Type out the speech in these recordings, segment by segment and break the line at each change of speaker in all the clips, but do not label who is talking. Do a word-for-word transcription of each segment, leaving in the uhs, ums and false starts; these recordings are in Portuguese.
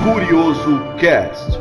Curioso Cast.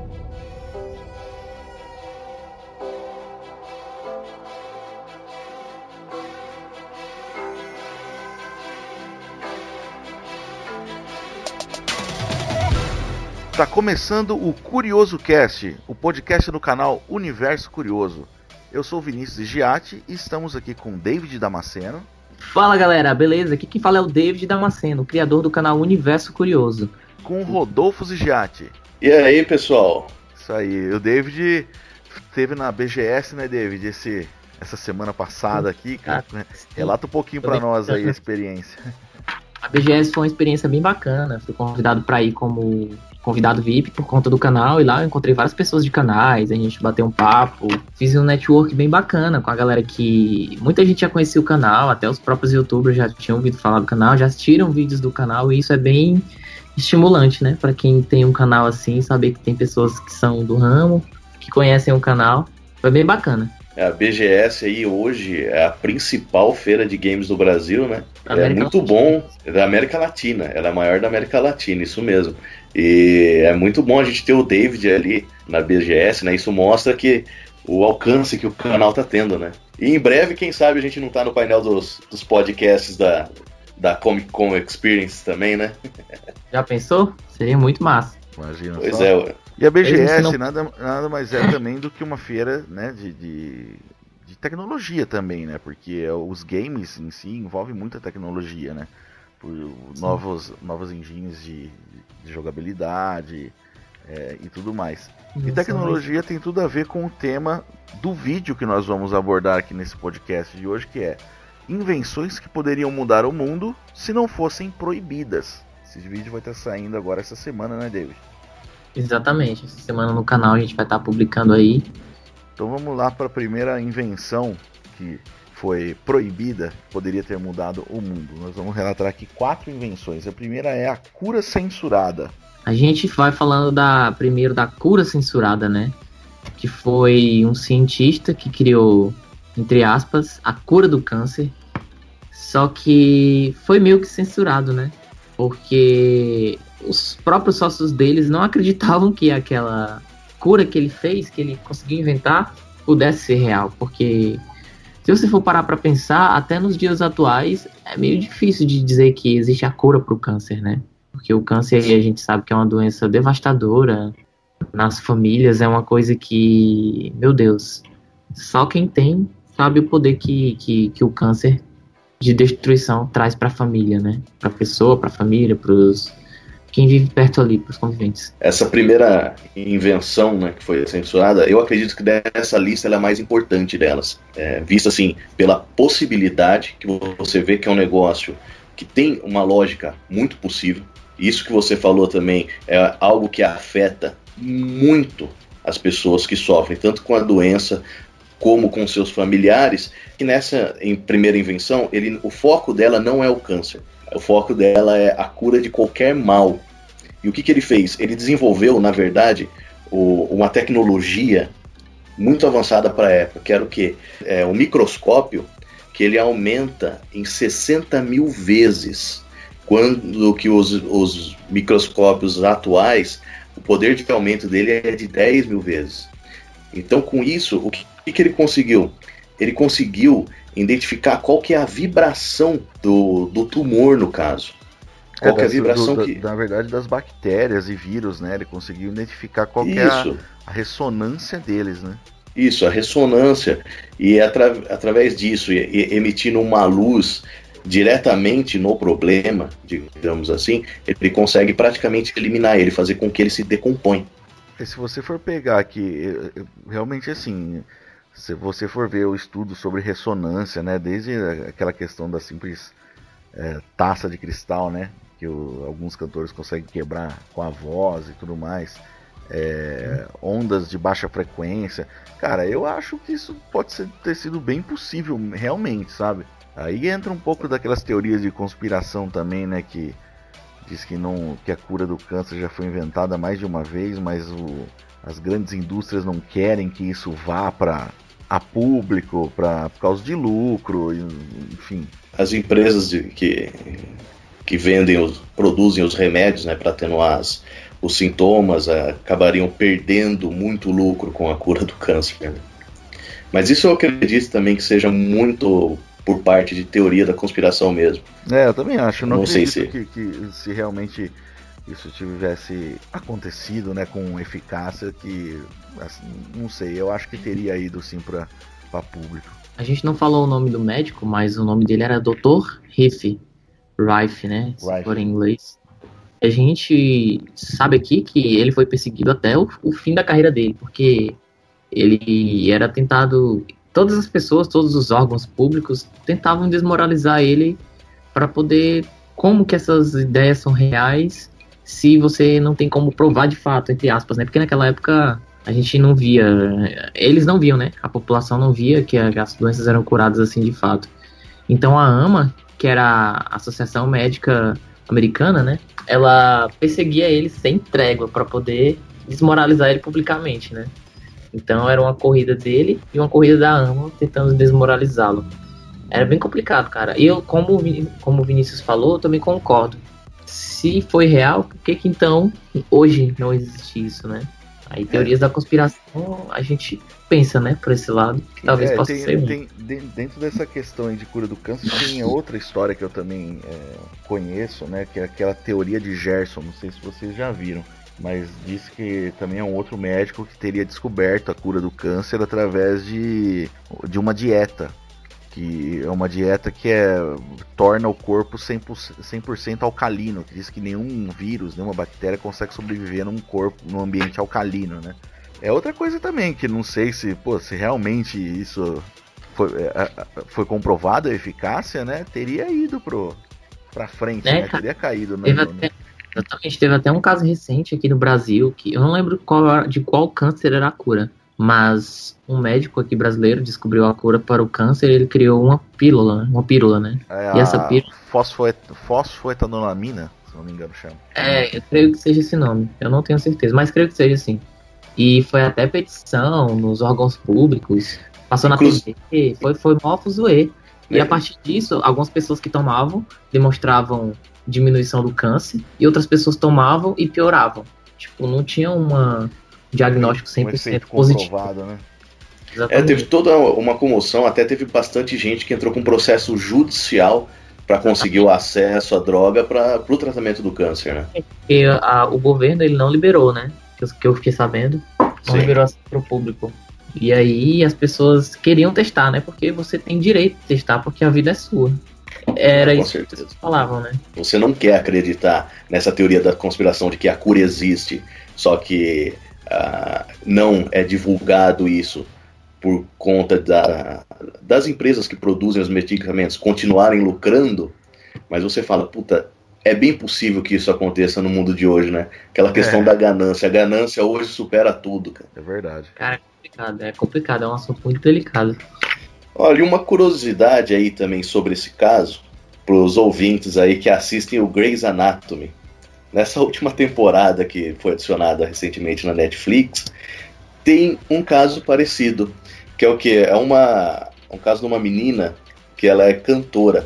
Tá começando o Curioso Cast, o podcast do canal Universo Curioso. Eu sou o Vinícius Giatti e estamos aqui com David Damasceno.
Fala galera, beleza? Aqui quem fala é o David Damasceno, criador do canal Universo Curioso.
Com Rodolfo Zigiatti.
E aí, pessoal?
Isso aí, o David esteve na B G S, né, David, esse, essa semana passada aqui. Ah, né? Relata um pouquinho pra nós aí a experiência.
A B G S foi uma experiência bem bacana, fui convidado para ir como convidado V I P por conta do canal, e lá eu encontrei várias pessoas de canais, a gente bateu um papo, fiz um network bem bacana com a galera que... Muita gente já conhecia o canal, até os próprios youtubers já tinham ouvido falar do canal, já assistiram vídeos do canal, e isso é bem estimulante, né? Para quem tem um canal assim, saber que tem pessoas que são do ramo, que conhecem o canal, foi bem bacana.
A B G S aí hoje é a principal feira de games do Brasil, né? É muito Latina. Bom, é da América Latina, ela é a maior da América Latina, isso mesmo. E é muito bom a gente ter o David ali na B G S, né? Isso mostra que o alcance que o canal tá tendo, né? E em breve, quem sabe, a gente não tá no painel dos, dos podcasts da, da Comic Con Experience também, né?
Já pensou? Seria muito massa.
Imagina
pois
só.
é,
E a B G S
não...
nada, nada mais é também do que uma feira, né, de, de, de tecnologia também, né? Porque os games em si envolvem muita tecnologia, né? Por novos, novos engines de, de jogabilidade é, e tudo mais. E tecnologia tem tudo a ver com o tema do vídeo que nós vamos abordar aqui nesse podcast de hoje, que é invenções que poderiam mudar o mundo se não fossem proibidas. Esse vídeo vai estar saindo agora essa semana, né, David?
Exatamente, essa semana no canal a gente vai estar publicando aí.
Então vamos lá para a primeira invenção que foi proibida, poderia ter mudado o mundo. Nós vamos relatar aqui quatro invenções. A primeira é a cura censurada.
A gente vai falando da primeiro da cura censurada, né? Que foi um cientista que criou, entre aspas, a cura do câncer. Só que foi meio que censurado, né? Porque os próprios sócios deles não acreditavam que aquela cura que ele fez, que ele conseguiu inventar, pudesse ser real. Porque se você for parar para pensar, até nos dias atuais, é meio difícil de dizer que existe a cura para o câncer, né? Porque o câncer, a gente sabe que é uma doença devastadora nas famílias, é uma coisa que, meu Deus, só quem tem sabe o poder que, que, que o câncer de destruição traz para a família, né? Para a pessoa, para a família, para os quem vive perto ali, para os conviventes.
Essa primeira invenção, né, que foi censurada, eu acredito que dessa lista ela é a mais importante delas, é, vista assim pela possibilidade que você vê que é um negócio que tem uma lógica muito possível. Isso que você falou também é algo que afeta muito as pessoas que sofrem tanto com a doença como com seus familiares. E nessa em primeira invenção, ele, o foco dela não é o câncer. O foco dela é a cura de qualquer mal. E o que, que ele fez? Ele desenvolveu, na verdade, o, uma tecnologia muito avançada para a época, que era o quê? É um microscópio que ele aumenta em sessenta mil vezes, quando que os, os microscópios atuais, o poder de aumento dele é de dez mil vezes. Então, com isso, o que, que ele conseguiu? Ele conseguiu identificar qual que é a vibração do, do tumor, no caso. Qual
é,
que é a vibração
do,
que...
Na verdade, das bactérias e vírus, né? Ele conseguiu identificar qual que é a, a ressonância deles, né?
Isso, a ressonância. E atra, através disso, e, e, emitindo uma luz diretamente no problema, digamos assim, ele consegue praticamente eliminar ele, fazer com que ele se decompõe.
E se você for pegar aqui, realmente assim... Se você for ver o estudo sobre ressonância, né, desde aquela questão da simples é, taça de cristal, né, que o, alguns cantores conseguem quebrar com a voz e tudo mais, é, ondas de baixa frequência, cara, eu acho que isso pode ser, ter sido bem possível, realmente, sabe? Aí entra um pouco daquelas teorias de conspiração também, né, que diz que, não, que a cura do câncer já foi inventada mais de uma vez, mas o, as grandes indústrias não querem que isso vá para a público, pra, por causa de lucro, enfim.
As empresas de, que, que vendem, os, produzem os remédios, né, para atenuar as, os sintomas, uh, acabariam perdendo muito lucro com a cura do câncer. Né? Mas isso eu acredito também que seja muito por parte de teoria da conspiração mesmo.
É, eu também acho. Não, não
sei
se...
Que,
que se realmente isso tivesse acontecido, né, com eficácia, que, assim, não sei, eu acho que teria ido sim para público.
A gente não falou o nome do médico, mas o nome dele era doutor Rife, Rife, né, se
Rife.
for em inglês. A gente sabe aqui que ele foi perseguido até o, o fim da carreira dele, porque ele era tentado, todas as pessoas, todos os órgãos públicos tentavam desmoralizar ele para poder, como que essas ideias são reais se você não tem como provar de fato, entre aspas, né? Porque naquela época a gente não via, eles não viam, né? A população não via que as doenças eram curadas assim de fato. Então a AMA, que era a Associação Médica Americana, né? Ela perseguia ele sem trégua para poder desmoralizar ele publicamente, né? Então era uma corrida dele e uma corrida da AMA tentando desmoralizá-lo. Era bem complicado, cara. E eu, como, como o Vinícius falou, eu também concordo. Se foi real, por que que então hoje não existe isso, né? Aí teorias é. da conspiração, a gente pensa, né, por esse lado, que talvez
é,
possa
tem,
ser um.
Tem, dentro dessa questão de cura do câncer, tem outra história que eu também é, conheço, né, que é aquela teoria de Gerson, não sei se vocês já viram, mas diz que também é um outro médico que teria descoberto a cura do câncer através de, de uma dieta, que é uma dieta que é, torna o corpo cem por cento alcalino, que diz que nenhum vírus, nenhuma bactéria consegue sobreviver num corpo, num ambiente alcalino, né? É outra coisa também, que não sei se, pô, se realmente isso foi, foi comprovado a eficácia, né? Teria ido pro, pra frente,
é,
né? Teria caído, né?
Teve até, exatamente, teve até um caso recente aqui no Brasil, que eu não lembro qual, de qual câncer era a cura, mas um médico aqui brasileiro descobriu a cura para o câncer e ele criou uma pílula, uma pílula, né?
É
e essa pílula...
Fosfoet... fosfoetanolamina, se não me engano chama.
É, eu creio que seja esse nome, eu não tenho certeza, mas creio que seja assim. E foi até petição nos órgãos públicos, passou Inclusive... na T V, foi, foi mó fuzuê. E é. a partir disso, algumas pessoas que tomavam demonstravam diminuição do câncer e outras pessoas tomavam e pioravam. Tipo, não tinha uma... diagnóstico cem por cento
um positivo. Né?
É, teve toda uma comoção, até teve bastante gente que entrou com um processo judicial para conseguir o acesso à droga para o tratamento do câncer, né?
Porque a, o governo ele não liberou, né? Que eu, que eu fiquei sabendo, não Sim. liberou assim para o público. E aí as pessoas queriam testar, né? Porque você tem direito de testar, porque a vida é sua. Era
com
isso
certeza.
que eles falavam, né?
Você não quer acreditar nessa teoria da conspiração de que a cura existe, só que Uh, não é divulgado isso por conta da, das empresas que produzem os medicamentos continuarem lucrando, mas você fala, puta, é bem possível que isso aconteça no mundo de hoje, né? Aquela questão é. da ganância. A ganância hoje supera tudo, cara.
É verdade.
Cara, é complicado, é complicado, é um assunto muito delicado.
Olha, e uma curiosidade aí também sobre esse caso, para os ouvintes aí que assistem o Grey's Anatomy. Nessa última temporada que foi adicionada recentemente na Netflix, tem um caso parecido, que é o quê? É uma, um caso de uma menina que ela é cantora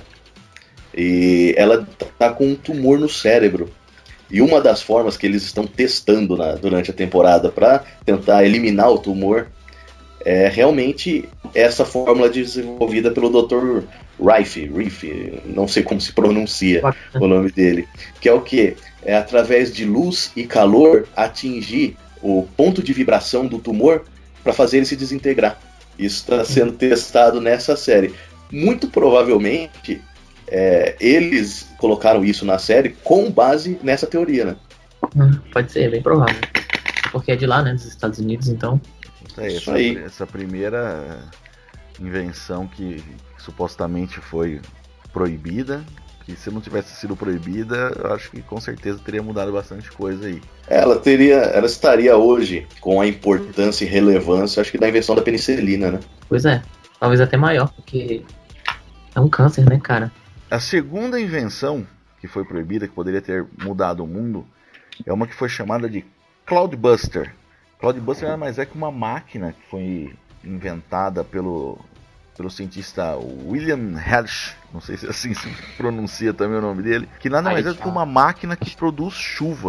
e ela tá com um tumor no cérebro. E uma das formas que eles estão testando na, durante a temporada para tentar eliminar o tumor é realmente essa fórmula desenvolvida pelo doutor Rife, Rife, não sei como se pronuncia o nome dele, que é o quê? É através de luz e calor atingir o ponto de vibração do tumor para fazer ele se desintegrar. Isso está sendo testado nessa série. Muito provavelmente é, eles colocaram isso na série com base nessa teoria, né?
Hum, pode ser, é bem provável. Porque é de lá, né, dos Estados Unidos, então...
É, essa, essa primeira invenção que supostamente foi proibida, que se não tivesse sido proibida, eu acho que com certeza teria mudado bastante coisa aí.
Ela teria, ela estaria hoje com a importância e relevância, acho que da invenção da penicilina, né?
Pois é, talvez até maior, porque é um câncer, né, cara?
A segunda invenção que foi proibida, que poderia ter mudado o mundo, é uma que foi chamada de Cloudbuster. Cloudbuster nada mais é que uma máquina que foi inventada pelo, pelo cientista William Hersh, não sei se assim se pronuncia também o nome dele, que nada mais é do que uma máquina que produz chuva.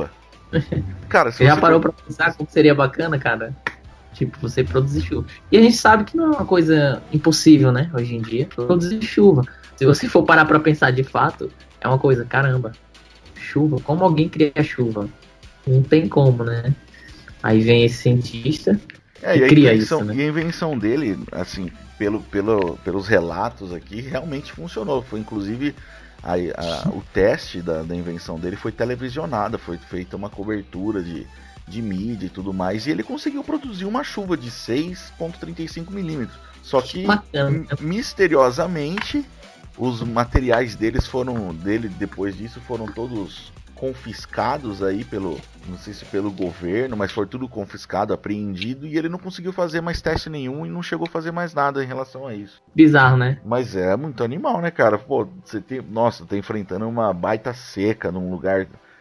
Cara, se
Você já
você
parou
for-
pra pensar como seria bacana, cara? Tipo, você produzir chuva. E a gente sabe que não é uma coisa impossível, né? Hoje em dia, produzir chuva. Se você for parar pra pensar de fato, é uma coisa, caramba, chuva, como alguém cria chuva? Não tem como, né? Aí vem esse cientista
É,
que
e a
cria
invenção,
isso, né?
e a invenção dele, assim, pelo, pelo, pelos relatos aqui, realmente funcionou. Foi inclusive a- a- o teste da, da invenção dele foi televisionada, foi feita uma cobertura de, de mídia e tudo mais, e ele conseguiu produzir uma chuva de seis vírgula trinta e cinco milímetros. Só que
Bacana.
m- misteriosamente os materiais deles foram dele depois disso foram todos confiscados aí pelo, não sei se pelo governo, mas foi tudo confiscado, apreendido, e ele não conseguiu fazer mais teste nenhum e não chegou a fazer mais nada em relação a isso.
Bizarro, né?
Mas é muito animal, né, cara? Pô, você tem, nossa, tá enfrentando uma baita seca num lugar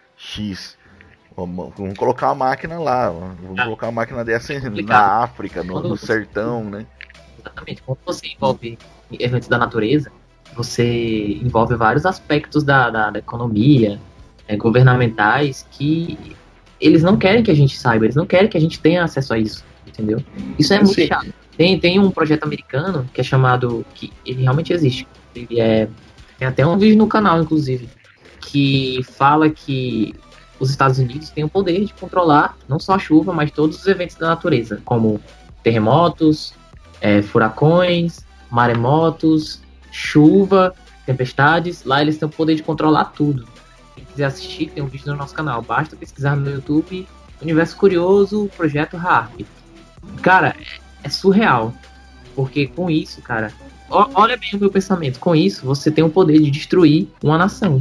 X. Vamos, vamos colocar uma máquina lá, vamos colocar uma máquina dessa na
complicado.
África, no,
Quando
no
você-
sertão, né?
Exatamente. Quando você envolve eventos da natureza, você envolve vários aspectos da, da, da economia, é, governamentais, que eles não querem que a gente saiba, eles não querem que a gente tenha acesso a isso, entendeu? Isso é
É,
muito
sim.
chato. Tem, tem um projeto americano que é chamado, que ele realmente existe, ele é, tem até um vídeo no canal, inclusive, que fala que os Estados Unidos têm o poder de controlar não só a chuva, mas todos os eventos da natureza, como terremotos, é, furacões, maremotos, chuva, tempestades. Lá eles têm o poder de controlar tudo. Quem quiser assistir, tem um vídeo no nosso canal. Basta pesquisar no YouTube Universo Curioso, Projeto HAARP. Cara, é, é surreal. Porque com isso, cara, ó- olha bem o meu pensamento. Com isso, você tem o poder de destruir uma nação.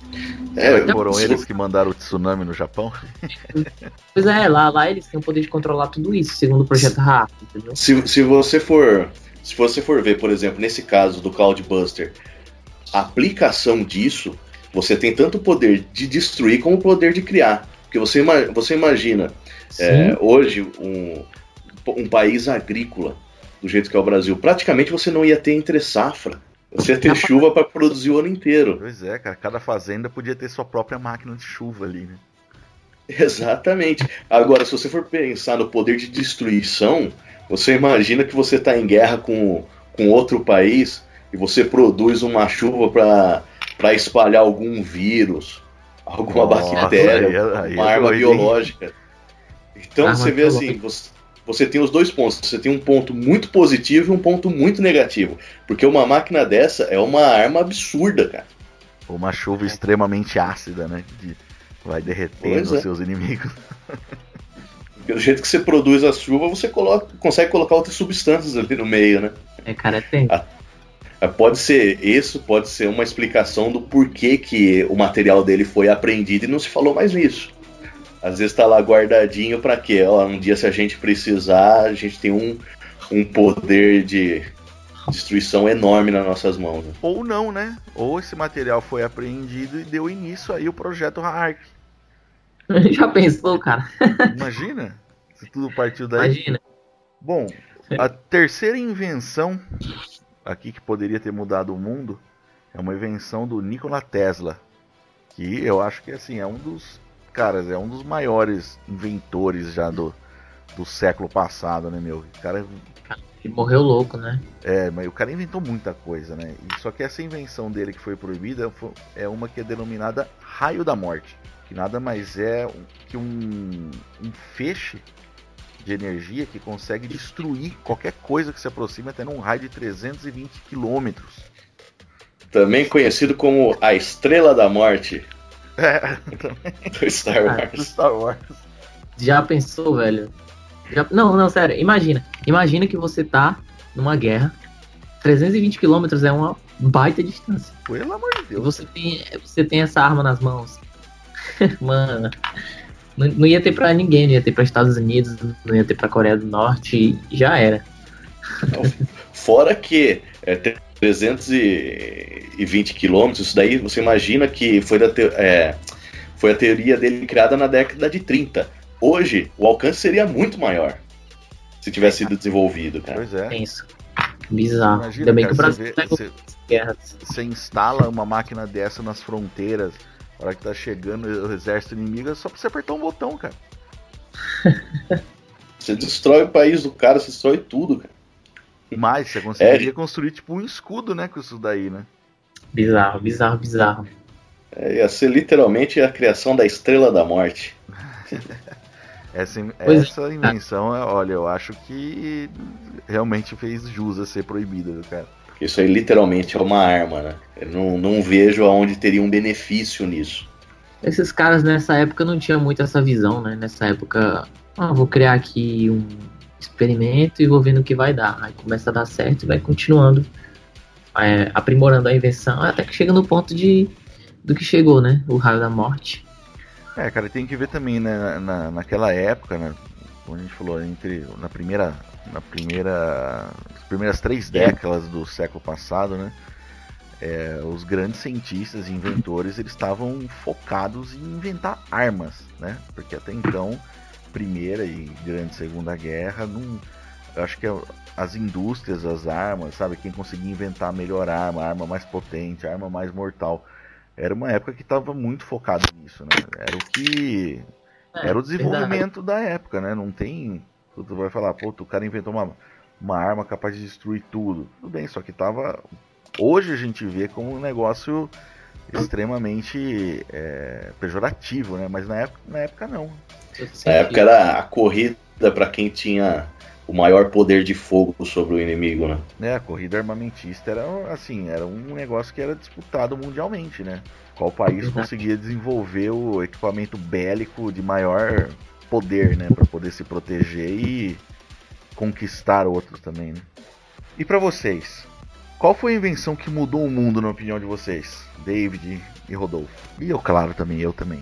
É,
Foram
se-
eles que mandaram o tsunami no Japão?
Pois é, lá, lá eles têm o poder de controlar tudo isso, segundo o Projeto HAARP, entendeu?
Se, se você for se você for ver, por exemplo, nesse caso do Cloudbuster, a aplicação disso, você tem tanto o poder de destruir como o poder de criar. Porque você, ima- você imagina, é,
Sim,
hoje, um, um país agrícola, do jeito que é o Brasil, praticamente você não ia ter entre safra. Você ia ter chuva para produzir o ano inteiro.
Pois é, cara, cada fazenda podia ter sua própria máquina de chuva ali, né?
Exatamente. Agora, se você for pensar no poder de destruição, você imagina que você está em guerra com, com outro país e você produz uma chuva para espalhar algum vírus, alguma
Nossa,
bactéria,
aí é- aí é
uma arma
doido, hein?
biológica. Então
Arma
você vê
biológica.
assim, você, você tem os dois pontos. Você tem um ponto muito positivo e um ponto muito negativo. Porque uma máquina dessa é uma arma absurda, cara.
Uma chuva extremamente ácida, né? Que vai derretendo
Pois
os
é.
seus inimigos.
Pelo jeito que você produz a chuva, você coloca, consegue colocar outras substâncias ali no meio, né?
é, cara, tem.
Ah, pode ser isso, pode ser uma explicação do porquê que o material dele foi apreendido e não se falou mais nisso. Às vezes tá lá guardadinho para quê? Ó, um dia se a gente precisar, a gente tem um, um poder de destruição enorme nas nossas mãos. Né?
Ou não, né? Ou esse material foi apreendido e deu início aí o projeto HAARP.
Já pensou, cara?
Imagina se tudo partiu daí.
Imagina.
Bom, a terceira invenção aqui que poderia ter mudado o mundo é uma invenção do Nikola Tesla, que eu acho que assim é um dos caras, é um dos maiores inventores já do, do século passado, né, meu? O cara
Ele morreu louco, né?
é, mas o cara inventou muita coisa, né? E só que essa invenção dele que foi proibida fo- é uma que é denominada raio da morte, que nada mais é que um, um feixe de energia que consegue destruir qualquer coisa que se aproxime até num raio de trezentos e vinte quilômetros.
Também conhecido como a Estrela da Morte
É,
do Star
do
Wars.
Star Wars.
Já pensou, velho? Já- Não, não, sério, imagina. Imagina que você tá numa guerra. trezentos e vinte quilômetros é uma baita distância.
Pelo amor de
E
Deus.
você tem, você tem essa arma nas mãos. Mano, não, não ia ter pra ninguém, não ia ter pra Estados Unidos, não ia ter pra Coreia do Norte, e já era.
Fora que é, trezentos e vinte quilômetros, isso daí você imagina que foi, da te- é, foi a teoria dele criada na década de trinta. Hoje, o alcance seria muito maior se tivesse sido desenvolvido, cara.
Pois é.
É isso. Bizarro.
Imagina,
Ainda bem
cara,
que o
você,
Brasil
vê-
pegou
você-
guerras.
você instala uma máquina dessa nas fronteiras A hora que tá chegando o exército inimigo é só pra você apertar um botão, cara.
Você destrói o país do cara, você destrói tudo, cara.
Mas você conseguiria
É.
construir tipo um escudo, né, com isso daí, né?
Bizarro, bizarro, bizarro.
É, ia ser literalmente a criação da Estrela da Morte.
Essa,
Pois é.
essa invenção, olha, eu acho que realmente fez jus a ser proibida, cara.
Isso aí literalmente é uma arma, né? Eu não, não vejo aonde teria um benefício nisso.
Esses caras nessa época não tinham muito essa visão, né? Nessa época, ah, vou criar aqui um experimento e vou vendo o que vai dar. Aí começa a dar certo e vai continuando, é, aprimorando a invenção, até que chega no ponto de do que chegou, né? O raio da morte.
É, cara, tem que ver também, né, na, naquela época, né, como a gente falou, entre, na primeira, na primeira, as primeiras três décadas do século passado, né, é, os grandes cientistas e inventores, eles estavam focados em inventar armas, né, porque até então, Primeira e Grande Segunda Guerra, não, eu acho que as indústrias, as armas, sabe, quem conseguia inventar a melhor arma, a arma mais potente, a arma mais mortal, era uma época que estava muito focado nisso, né? Era o que...
É,
Era o desenvolvimento
verdade.
da época, né? Não tem... Tu vai falar, pô, o cara inventou uma, uma arma capaz de destruir tudo. Tudo bem, só que tava... Hoje a gente vê como um negócio extremamente é, pejorativo, né? Mas na época, na época não.
Na época era a corrida para quem tinha o maior poder de fogo sobre o inimigo, né?
É, a corrida armamentista era assim, era um negócio que era disputado mundialmente, né? Qual país conseguia desenvolver o equipamento bélico de maior poder, né, para poder se proteger e conquistar outros também, né? E para vocês, qual foi a invenção que mudou o mundo na opinião de vocês, David e Rodolfo? E eu, claro, também, eu também.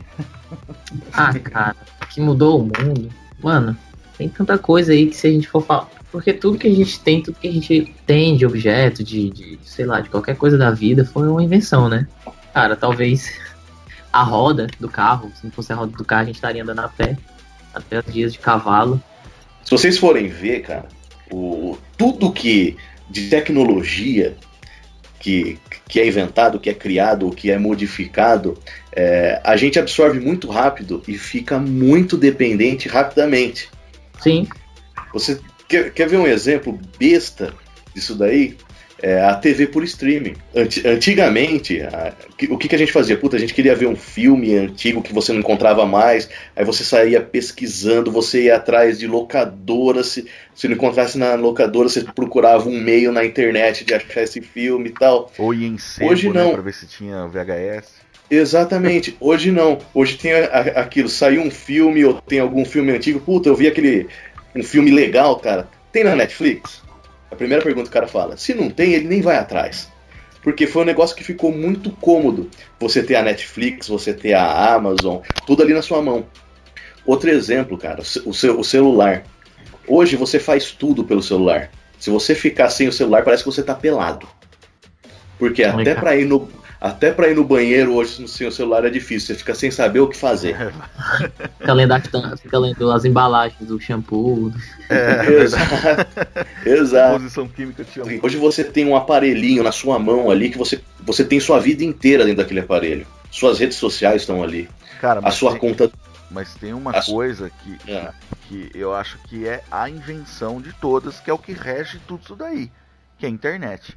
Ah, cara, que mudou o mundo. Mano, tem tanta coisa aí que se a gente for falar... Porque tudo que a gente tem, tudo que a gente tem de objeto, de, de sei lá, de qualquer coisa da vida foi uma invenção, né? Cara, talvez a roda do carro, se não fosse a roda do carro, a gente estaria andando a pé, até os dias de cavalo.
Se vocês forem ver, cara, o, tudo que de tecnologia que, que é inventado, que é criado, que é modificado, é, a gente absorve muito rápido e fica muito dependente rapidamente.
Sim.
Você quer, quer ver um exemplo besta disso daí? É a T V por streaming. Ant, antigamente, a, o que, que a gente fazia? Puta, a gente queria ver um filme antigo que você não encontrava mais, aí você saía pesquisando, você ia atrás de locadora, se, se não encontrasse na locadora, você procurava um meio na internet de achar esse filme e tal.
Ou ia em sebo,
Hoje não.
Né, pra ver se tinha V H S.
Exatamente, hoje não. Hoje tem a, a, aquilo, saiu um filme ou tem algum filme antigo, puta, eu vi aquele um filme legal, cara, tem na Netflix? A primeira pergunta que o cara fala, se não tem, ele nem vai atrás. Porque foi um negócio que ficou muito cômodo. Você ter a Netflix, você ter a Amazon, tudo ali na sua mão. Outro exemplo, cara, o, seu, o celular. Hoje você faz tudo pelo celular. Se você ficar sem o celular, parece que você tá pelado. Porque até pra ir no... Até pra ir no banheiro hoje sem o celular é difícil, você fica sem saber o que fazer.
Fica lendo, fica lendo as embalagens do shampoo.
É, exato. Exato.
Composição química tinha.
Hoje você tem um aparelhinho na sua mão ali que você, você tem sua vida inteira dentro daquele aparelho. Suas redes sociais estão ali.
Cara,
a sua
tem,
conta.
Mas tem uma
a
coisa que,
é.
que, que eu acho que é a invenção de todas, que é o que rege tudo isso daí, que é a internet.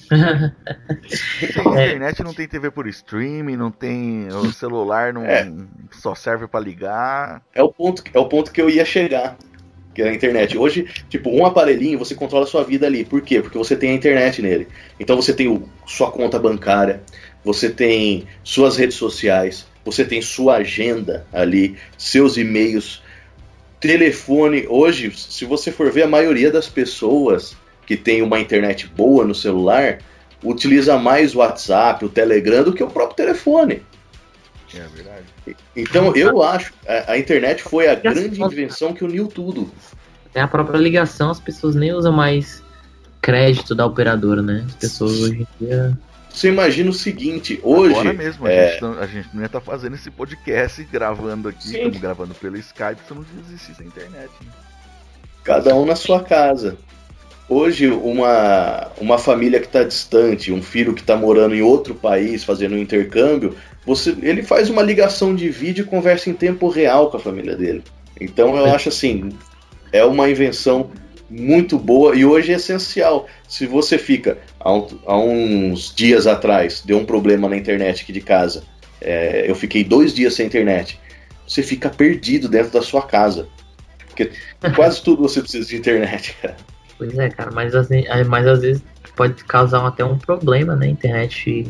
Sem internet não tem T V por streaming, não tem o celular, não
é.
só serve pra ligar.
É o ponto, é o ponto que eu ia chegar, que é a internet. Hoje, tipo, um aparelhinho você controla a sua vida ali. Por quê? Porque você tem a internet nele. Então você tem o, sua conta bancária, você tem suas redes sociais, você tem sua agenda ali, seus e-mails, telefone. Hoje, se você for ver, a maioria das pessoas que tem uma internet boa no celular, utiliza mais o WhatsApp, o Telegram, do que o próprio telefone.
É verdade.
Então, eu acho que a, a internet foi a grande invenção que uniu tudo.
É a própria ligação, as pessoas nem usam mais crédito da operadora, né? As pessoas hoje em dia...
Você imagina o seguinte, hoje...
Agora mesmo, a,
é...
gente, não, a gente não ia estar fazendo esse podcast, gravando aqui,
Sim.
estamos gravando pelo Skype, se não existisse a internet. Né?
Cada um na sua casa. Hoje, uma, uma família que está distante, um filho que está morando em outro país, fazendo um intercâmbio, você, ele faz uma ligação de vídeo e conversa em tempo real com a família dele. Então eu acho assim, é uma invenção muito boa e hoje é essencial. Se você fica, há, um, há uns dias atrás, deu um problema na internet aqui de casa, é, eu fiquei dois dias sem internet, você fica perdido dentro da sua casa. Porque quase tudo você precisa de internet, cara.
Pois é, cara, mas, assim, mas às vezes pode causar até um problema, né? Internet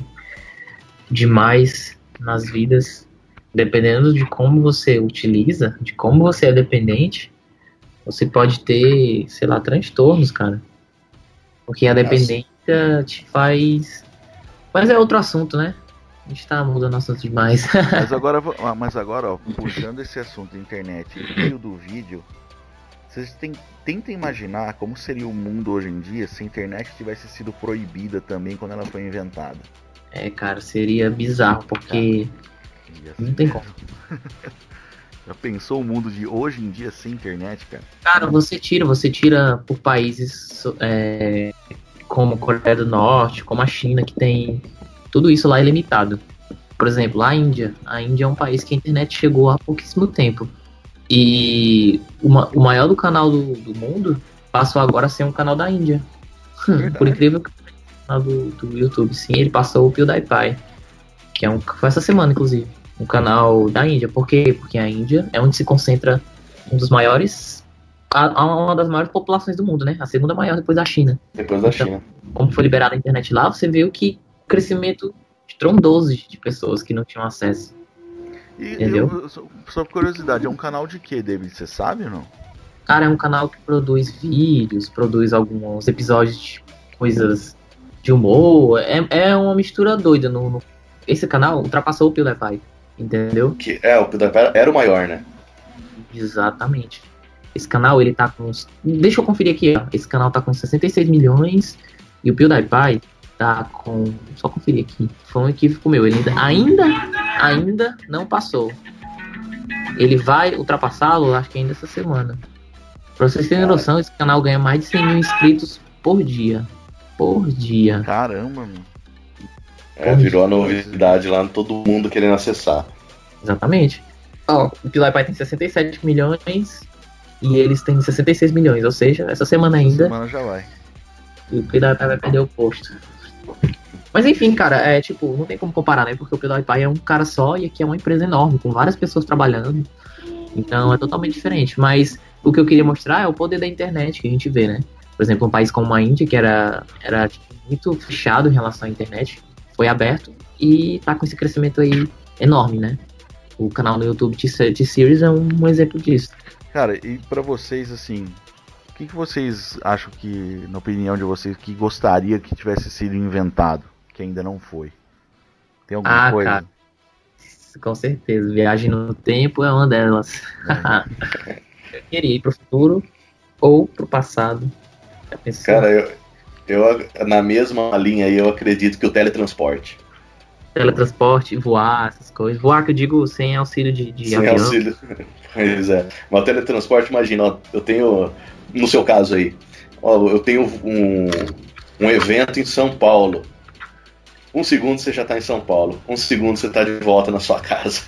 demais nas vidas, dependendo de como você utiliza, de como você é dependente, você pode ter, sei lá, transtornos, cara. Porque a dependência te faz... Mas é outro assunto, né? A gente tá mudando assunto demais.
Mas agora, mas agora ó, puxando esse assunto internet e meio do vídeo, vocês tem, tentem imaginar como seria o mundo hoje em dia se a internet tivesse sido proibida também quando ela foi inventada.
É, cara, seria bizarro, porque cara, não tem como.
Já pensou o mundo de hoje em dia sem internet, cara?
Cara, você tira, você tira por países é, como a Coreia do Norte, como a China, que tem... Tudo isso lá é limitado. Por exemplo, a Índia. A Índia é um país que a internet chegou há pouquíssimo tempo. E uma, o maior do canal do, do mundo passou agora a ser um canal da Índia. Por incrível que seja, o canal do, do YouTube. Sim, ele passou o PewDiePie. Que é um, foi essa semana, inclusive. Um canal da Índia. Por quê? Porque a Índia é onde se concentra um dos maiores... A, uma das maiores populações do mundo, né? A segunda maior depois da China.
Depois da
então,
China.
Como foi liberada a internet lá, você viu que crescimento estrondoso de pessoas que não tinham acesso.
E,
entendeu?
Eu, só, só por curiosidade, é um canal de quê, David? Você sabe ou não?
Cara, é um canal que produz vídeos, produz alguns episódios de coisas de humor. É, é uma mistura doida. No, no... Esse canal ultrapassou o PewDiePie, entendeu?
Que, é, o PewDiePie era o maior, né?
Exatamente. Esse canal, ele tá com... Deixa eu conferir aqui, ó. Esse canal tá com sessenta e seis milhões e o PewDiePie tá com... Só conferir aqui. Foi um equívoco meu. Ele ainda, ainda, ainda não passou. Ele vai ultrapassá-lo, acho que ainda essa semana. Pra vocês terem noção, esse canal ganha mais de cem mil inscritos por dia. Por dia.
Caramba, mano.
É, virou a novidade lá, todo mundo querendo acessar.
Exatamente. Ó, o PewDiePie tem sessenta e sete milhões e eles têm sessenta e seis milhões. Ou seja, essa semana ainda...
Essa semana já vai.
E o PewDiePie vai perder o posto. Mas enfim, cara, é tipo, não tem como comparar, né? Porque o PewDiePie é um cara só e aqui é uma empresa enorme, com várias pessoas trabalhando. Então é totalmente diferente. Mas o que eu queria mostrar é o poder da internet que a gente vê, né? Por exemplo, um país como a Índia, que era, era tipo, muito fechado em relação à internet, foi aberto e tá com esse crescimento aí enorme, né? O canal no YouTube T-Series é um, um exemplo disso.
Cara, e pra vocês, assim, o que, que vocês acham que, na opinião de vocês, que gostaria que tivesse sido inventado, que ainda não foi? Tem alguma
ah,
coisa?
Cara, com certeza. Viagem no tempo é uma delas. É. Eu queria ir pro futuro ou pro passado.
Cara, eu, eu na mesma linha aí, eu acredito que o teletransporte.
Teletransporte, voar, essas coisas. Voar, que eu digo, sem auxílio de, de
sem
avião.
auxílio. Pois é. Mas o teletransporte, imagina, ó, eu tenho, no seu caso aí, ó, eu tenho um, um evento em São Paulo. Um segundo você já tá em São Paulo. Um segundo você tá de volta na sua casa.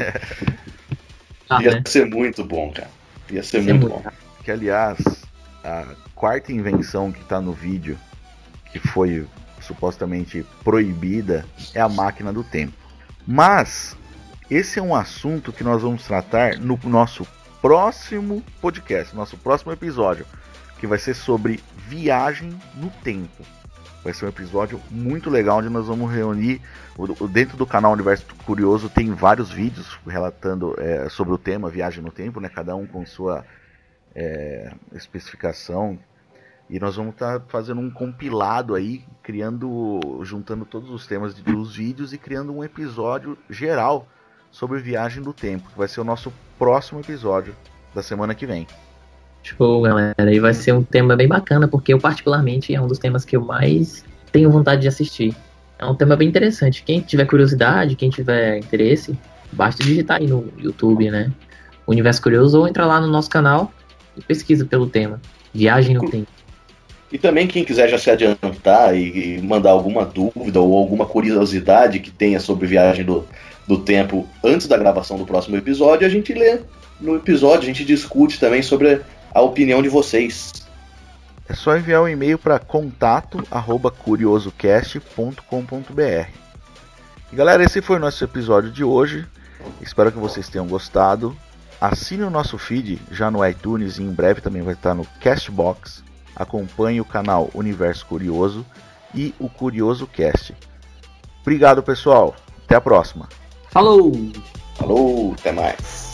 Ah,
Ia
né?
ser muito bom, cara. Ia ser
Isso é
muito
muito
bom.
Que, aliás, a quarta invenção que tá no vídeo, que foi supostamente proibida, é a máquina do tempo. Mas esse é um assunto que nós vamos tratar no nosso próximo podcast, nosso próximo episódio, que vai ser sobre viagem no tempo. Vai ser um episódio muito legal, onde nós vamos reunir, dentro do canal Universo Curioso tem vários vídeos relatando é, sobre o tema viagem no tempo, né? Cada um com sua é, especificação. E nós vamos estar tá fazendo um compilado aí, criando, juntando todos os temas dos vídeos e criando um episódio geral sobre viagem do tempo, que vai ser o nosso próximo episódio da semana que vem.
Show, galera. E vai ser um tema bem bacana, porque eu particularmente é um dos temas que eu mais tenho vontade de assistir. É um tema bem interessante. Quem tiver curiosidade, quem tiver interesse, basta digitar aí no YouTube, né? Universo Curioso, ou entra lá no nosso canal e pesquisa pelo tema. Viagem no tempo.
E também quem quiser já se adiantar e, e mandar alguma dúvida ou alguma curiosidade que tenha sobre Viagem do, do Tempo antes da gravação do próximo episódio, a gente lê no episódio, a gente discute também sobre a opinião de vocês.
É só enviar um e-mail para contato arroba curiosocast ponto com ponto b r. E galera, esse foi o nosso episódio de hoje. Espero que vocês tenham gostado. Assine o nosso feed já no iTunes e em breve também vai estar no Castbox. Acompanhe o canal Universo Curioso e o Curioso Cast. Obrigado, pessoal. Até a próxima.
Falou!
Falou, até mais.